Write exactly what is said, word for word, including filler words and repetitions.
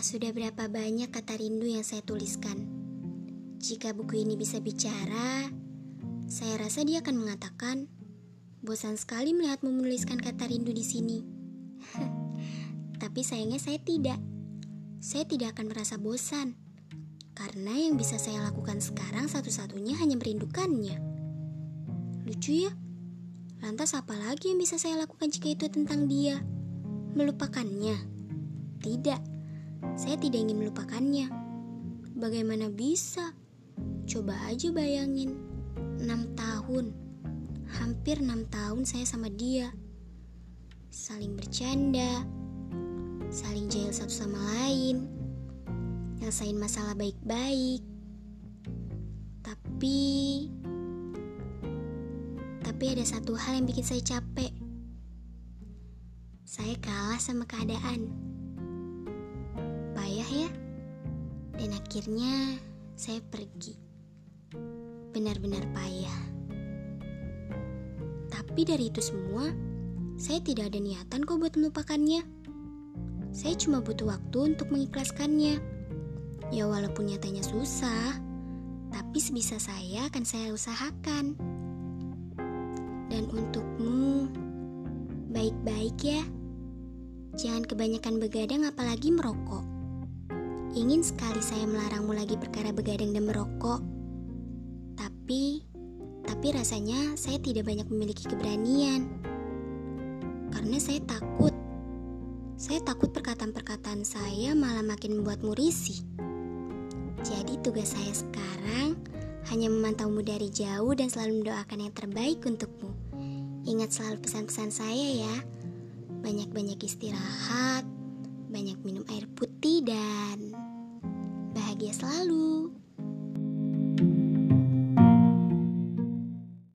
Entah sudah berapa banyak kata rindu yang saya tuliskan. Jika buku ini bisa bicara, saya rasa dia akan mengatakan, bosan sekali melihatmu menuliskan kata rindu di sini. Tapi sayangnya saya tidak. Saya tidak akan merasa bosan. Karena yang bisa saya lakukan sekarang satu-satunya hanya merindukannya. Lucu ya? Lantas apa lagi yang bisa saya lakukan jika itu tentang dia? Melupakannya? Tidak. Saya tidak ingin melupakannya. Bagaimana bisa? Coba aja bayangin. Enam tahun. Hampir enam tahun saya sama dia. Saling bercanda. Saling jahil satu sama lain. Nyelesain masalah baik-baik. Tapi... Tapi ada satu hal yang bikin saya capek. Saya kalah sama keadaan. Payah ya? Dan akhirnya saya pergi. Benar-benar payah. Tapi dari itu semua, saya tidak ada niatan kok buat melupakannya. Saya cuma butuh waktu untuk mengikhlaskannya. Ya walaupun nyatanya susah, tapi sebisa saya akan saya usahakan. Dan untukmu, baik-baik ya. Jangan kebanyakan begadang apalagi merokok. Ingin sekali saya melarangmu lagi perkara begadang dan merokok. Tapi, tapi rasanya saya tidak banyak memiliki keberanian. Karena saya takut. Saya takut perkataan-perkataan saya malah makin membuatmu risih. Jadi tugas saya sekarang hanya memantaumu dari jauh dan selalu mendoakan yang terbaik untukmu. Ingat selalu pesan-pesan saya ya. Banyak-banyak istirahat, banyak minum air putih dan bahagia selalu.